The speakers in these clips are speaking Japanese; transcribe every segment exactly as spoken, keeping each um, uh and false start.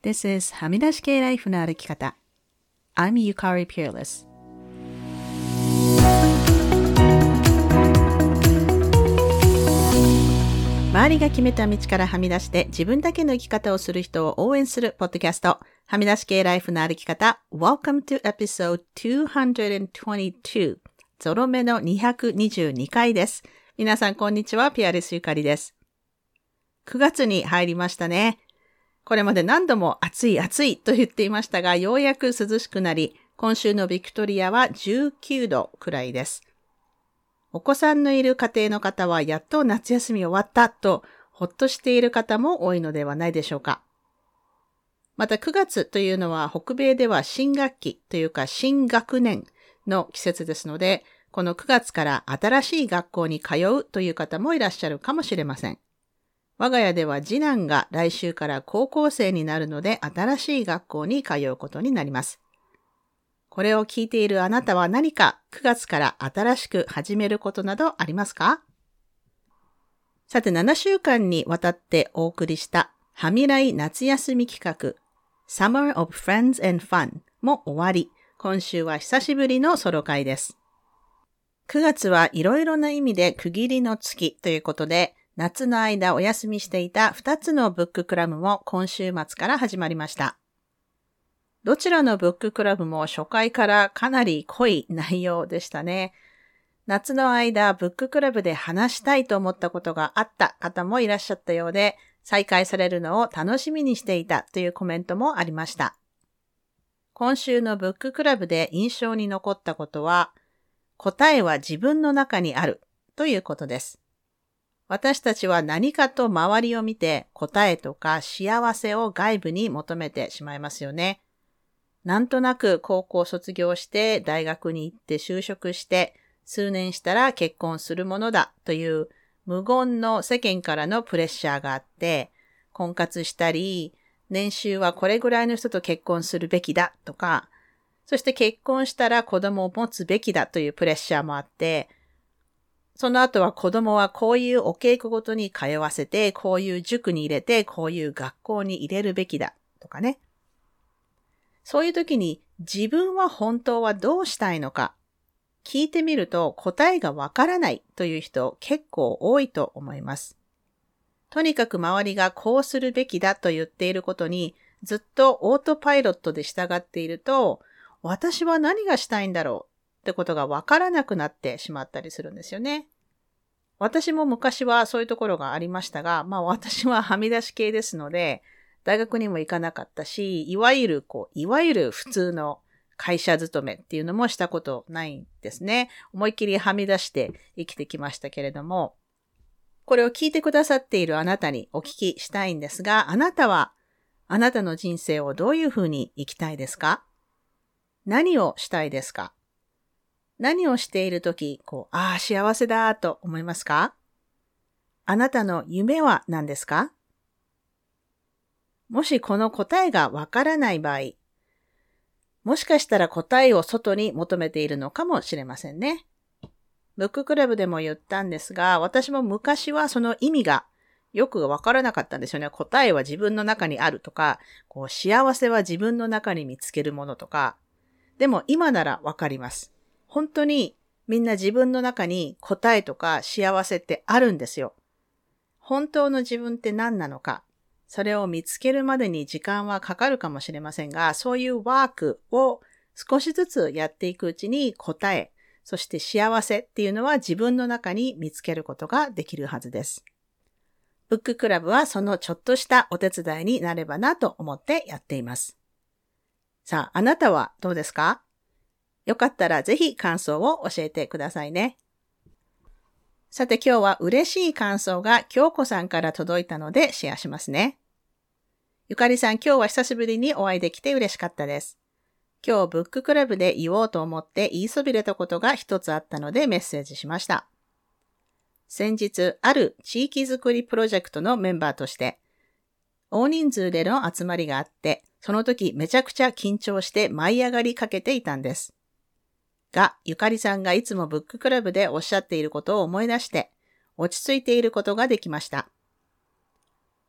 This is はみ出し系ライフの歩き方。I'm Yukari Peerless。周りが決めた道からはみ出して自分だけの生き方をする人を応援するポッドキャスト。はみ出し系ライフの歩き方。Welcome to episode two hundred twenty-two。ゾロ目のにひゃくにじゅうにかいです。皆さんこんにちは。ピアレスゆかりです。くがつに入りましたね。これまで何度も暑い暑いと言っていましたが、ようやく涼しくなり、今週のビクトリアはじゅうきゅうどくらいです。お子さんのいる家庭の方はやっと夏休み終わったとほっとしている方も多いのではないでしょうか。またくがつというのは北米では新学期というか新学年の季節ですので、このくがつから新しい学校に通うという方もいらっしゃるかもしれません。我が家では次男が来週から高校生になるので新しい学校に通うことになります。これを聞いているあなたは何かくがつから新しく始めることなどありますか？さてななしゅうかんにわたってお送りしたはみらい夏休み企画 Summer of Friends and Fun も終わり、今週は久しぶりのソロ会です。くがつはいろいろな意味で区切りの月ということで、夏の間お休みしていたふたつのブッククラブも今週末から始まりました。どちらのブッククラブも初回からかなり濃い内容でしたね。夏の間ブッククラブで話したいと思ったことがあった方もいらっしゃったようで、再開されるのを楽しみにしていたというコメントもありました。今週のブッククラブで印象に残ったことは、答えは自分の中にあるということです。私たちは何かと周りを見て答えとか幸せを外部に求めてしまいますよね。なんとなく高校卒業して大学に行って就職して数年したら結婚するものだという無言の世間からのプレッシャーがあって、婚活したり年収はこれぐらいの人と結婚するべきだとか、そして結婚したら子供を持つべきだというプレッシャーもあって、その後は子供はこういうお稽古ごとに通わせて、こういう塾に入れて、こういう学校に入れるべきだとかね。そういう時に自分は本当はどうしたいのか聞いてみると答えがわからないという人結構多いと思います。とにかく周りがこうするべきだと言っていることにずっとオートパイロットで従っていると、私は何がしたいんだろうってことがわからなくなってしまったりするんですよね。私も昔はそういうところがありましたが、まあ私ははみ出し系ですので、大学にも行かなかったし、いわゆるこう、いわゆる普通の会社勤めっていうのもしたことないんですね。思いっきりはみ出して生きてきましたけれども、これを聞いてくださっているあなたにお聞きしたいんですが、あなたはあなたの人生をどういうふうに生きたいですか？何をしたいですか？何をしているとき、こう、ああ、幸せだと思いますか？あなたの夢は何ですか？もしこの答えがわからない場合、もしかしたら答えを外に求めているのかもしれませんね。ブッククラブでも言ったんですが、私も昔はその意味がよくわからなかったんですよね。答えは自分の中にあるとか、こう幸せは自分の中に見つけるものとか、でも今ならわかります。本当にみんな自分の中に答えとか幸せってあるんですよ。本当の自分って何なのか、それを見つけるまでに時間はかかるかもしれませんが、そういうワークを少しずつやっていくうちに答え、そして幸せっていうのは自分の中に見つけることができるはずです。ブッククラブはそのちょっとしたお手伝いになればなと思ってやっています。さあ、あなたはどうですか？よかったらぜひ感想を教えてくださいね。さて今日は嬉しい感想が京子さんから届いたのでシェアしますね。ゆかりさん、今日は久しぶりにお会いできて嬉しかったです。今日ブッククラブで言おうと思って言いそびれたことが一つあったのでメッセージしました。先日ある地域づくりプロジェクトのメンバーとして大人数での集まりがあって、その時めちゃくちゃ緊張して舞い上がりかけていたんです。が、ゆかりさんがいつもブッククラブでおっしゃっていることを思い出して、落ち着いていることができました。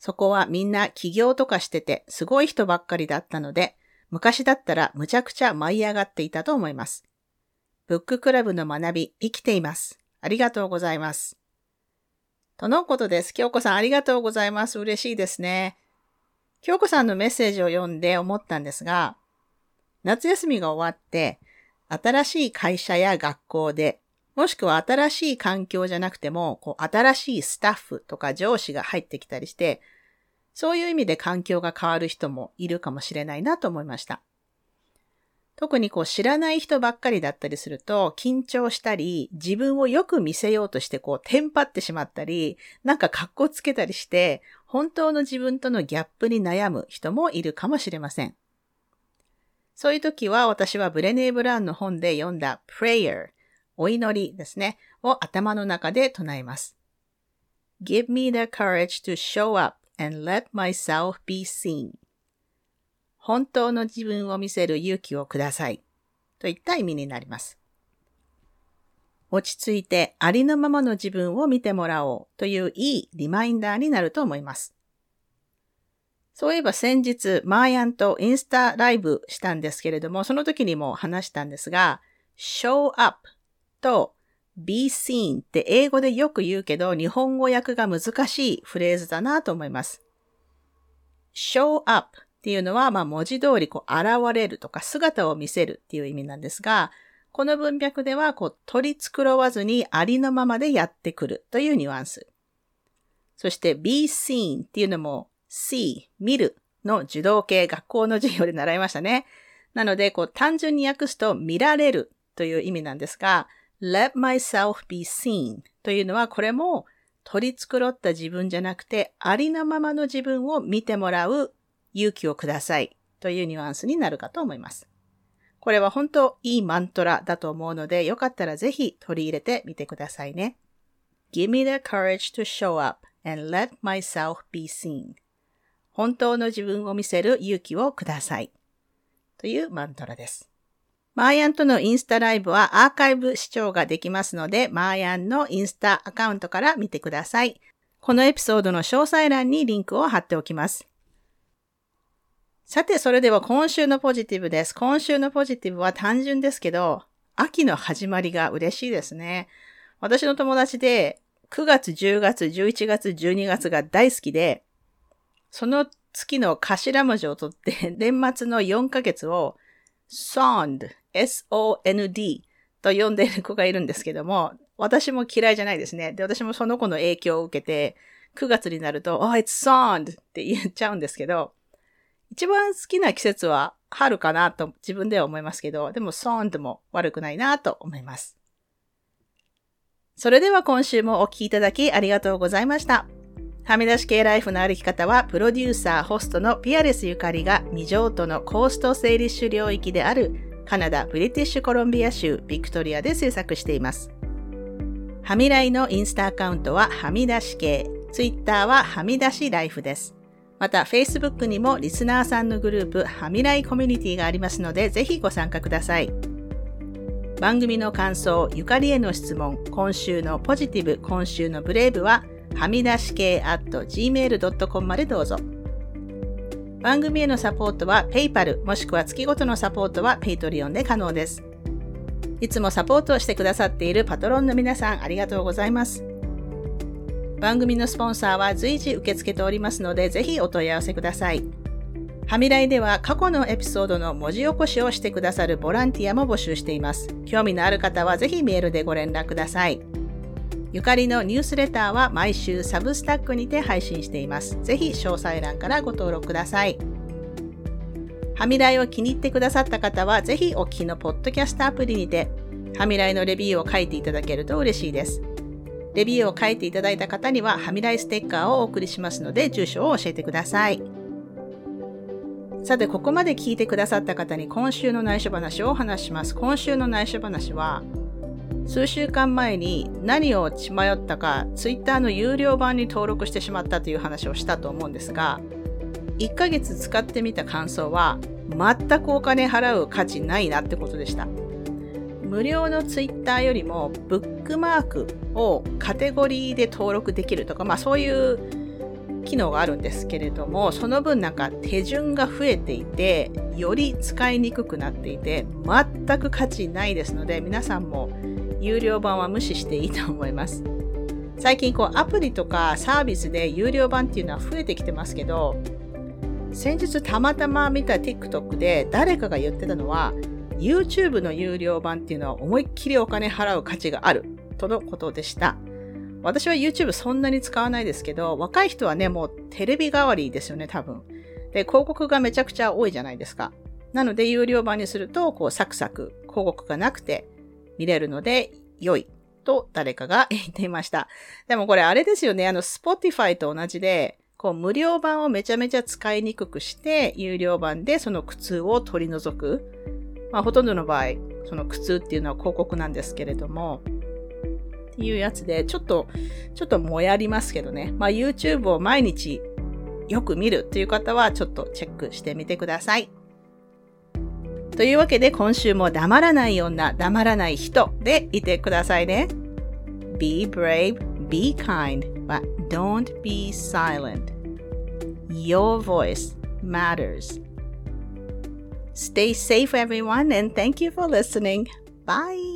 そこはみんな起業とかしててすごい人ばっかりだったので、昔だったらむちゃくちゃ舞い上がっていたと思います。ブッククラブの学び生きています。ありがとうございます。とのことです。京子さんありがとうございます。嬉しいですね。京子さんのメッセージを読んで思ったんですが、夏休みが終わって、新しい会社や学校で、もしくは新しい環境じゃなくても、こう新しいスタッフとか上司が入ってきたりして、そういう意味で環境が変わる人もいるかもしれないなと思いました。特にこう知らない人ばっかりだったりすると、緊張したり、自分をよく見せようとしてこうテンパってしまったり、なんか格好つけたりして、本当の自分とのギャップに悩む人もいるかもしれません。そういう時は私はブレネー・ブラウンの本で読んだ prayer、お祈りですね、を頭の中で唱えます。Give me the courage to show up and let myself be seen. 本当の自分を見せる勇気をください。といった意味になります。落ち着いてありのままの自分を見てもらおうといういいリマインダーになると思います。そういえば先日、マーヤンとインスタライブしたんですけれども、その時にも話したんですが、show up と be seen って英語でよく言うけど、日本語訳が難しいフレーズだなと思います。show up っていうのは、まあ文字通りこう現れるとか姿を見せるっていう意味なんですが、この文脈ではこう取り繕わずにありのままでやってくるというニュアンス。そして be seen っていうのもsee、見るの受動形、学校の授業で習いましたね。なので、こう単純に訳すと見られるという意味なんですが、let myself be seen というのはこれも取り繕った自分じゃなくて、ありのままの自分を見てもらう勇気をくださいというニュアンスになるかと思います。これは本当いいマントラだと思うので、よかったらぜひ取り入れてみてくださいね。Give me the courage to show up and let myself be seen. 本当の自分を見せる勇気をください。というマントラです。マーヤンとのインスタライブはアーカイブ視聴ができますので、マーヤンのインスタアカウントから見てください。このエピソードの詳細欄にリンクを貼っておきます。さて、それでは今週のポジティブです。今週のポジティブは単純ですけど、秋の始まりが嬉しいですね。私の友達でくがつ、じゅうがつ、じゅういちがつ、じゅうにがつが大好きで、その月の頭文字を取って年末のよんかげつを ソンド、エスオーエヌディー と呼んでいる子がいるんですけども、私も嫌いじゃないですね。で、私もその子の影響を受けて、くがつになると、Oh, it's Sond って言っちゃうんですけど、一番好きな季節は春かなと自分では思いますけど、でも Sond も悪くないなと思います。それでは今週もお聞きいただきありがとうございました。はみ出し系ライフの歩き方は、プロデューサー、ホストのピアレスゆかりが未譲渡のコーストセーリッシュ領域であるカナダ・ブリティッシュコロンビア州ビクトリアで制作しています。はみらいのインスタアカウントははみ出し系、ツイッターははみ出しライフです。また Facebook にもリスナーさんのグループはみらいコミュニティがありますので、ぜひご参加ください。番組の感想、ゆかりへの質問、今週のポジティブ、今週のブレイブははみ出し系 アットジーメールドットコム までどうぞ。番組へのサポートは PayPal もしくは月ごとのサポートは Patreon で可能です。いつもサポートをしてくださっているパトロンの皆さんありがとうございます。番組のスポンサーは随時受け付けておりますので、ぜひお問い合わせください。はみらいでは過去のエピソードの文字起こしをしてくださるボランティアも募集しています。興味のある方はぜひメールでご連絡ください。ゆかりのニュースレターは毎週サブスタックにて配信しています。ぜひ詳細欄からご登録ください。はみらいを気に入ってくださった方は、ぜひお聞きのポッドキャストアプリにて、はみらいのレビューを書いていただけると嬉しいです。レビューを書いていただいた方には、はみらいステッカーをお送りしますので、住所を教えてください。さて、ここまで聞いてくださった方に今週の内緒話をお話しします。今週の内緒話は、数週間前に何を血迷ったか、ツイッターの有料版に登録してしまったという話をしたと思うんですが、いっかげつ使ってみた感想は、全くお金払う価値ないなってことでした。無料のツイッターよりもブックマークをカテゴリーで登録できるとか、まあそういう機能があるんですけれども、その分なんか手順が増えていて、より使いにくくなっていて、全く価値ないですので、皆さんも有料版は無視していいと思います。最近こうアプリとかサービスで有料版っていうのは増えてきてますけど、先日たまたま見た TikTok で誰かが言ってたのは、YouTube の有料版っていうのは思いっきりお金払う価値があるとのことでした。私は YouTube そんなに使わないですけど、若い人はね、もうテレビ代わりですよね、多分。で、広告がめちゃくちゃ多いじゃないですか。なので、有料版にすると、こう、サクサク、広告がなくて見れるので、良いと誰かが言っていました。でもこれあれですよね、あの、Spotify と同じで、こう、無料版をめちゃめちゃ使いにくくして、有料版でその苦痛を取り除く。まあ、ほとんどの場合、その苦痛っていうのは広告なんですけれども、っていうやつで、ちょっと、ちょっともやりますけどね。まあ YouTube を毎日よく見るという方はちょっとチェックしてみてください。というわけで今週も黙らない女、黙らない人でいてくださいね。Be brave, be kind, but don't be silent. Your voice matters. Stay safe everyone and thank you for listening. Bye!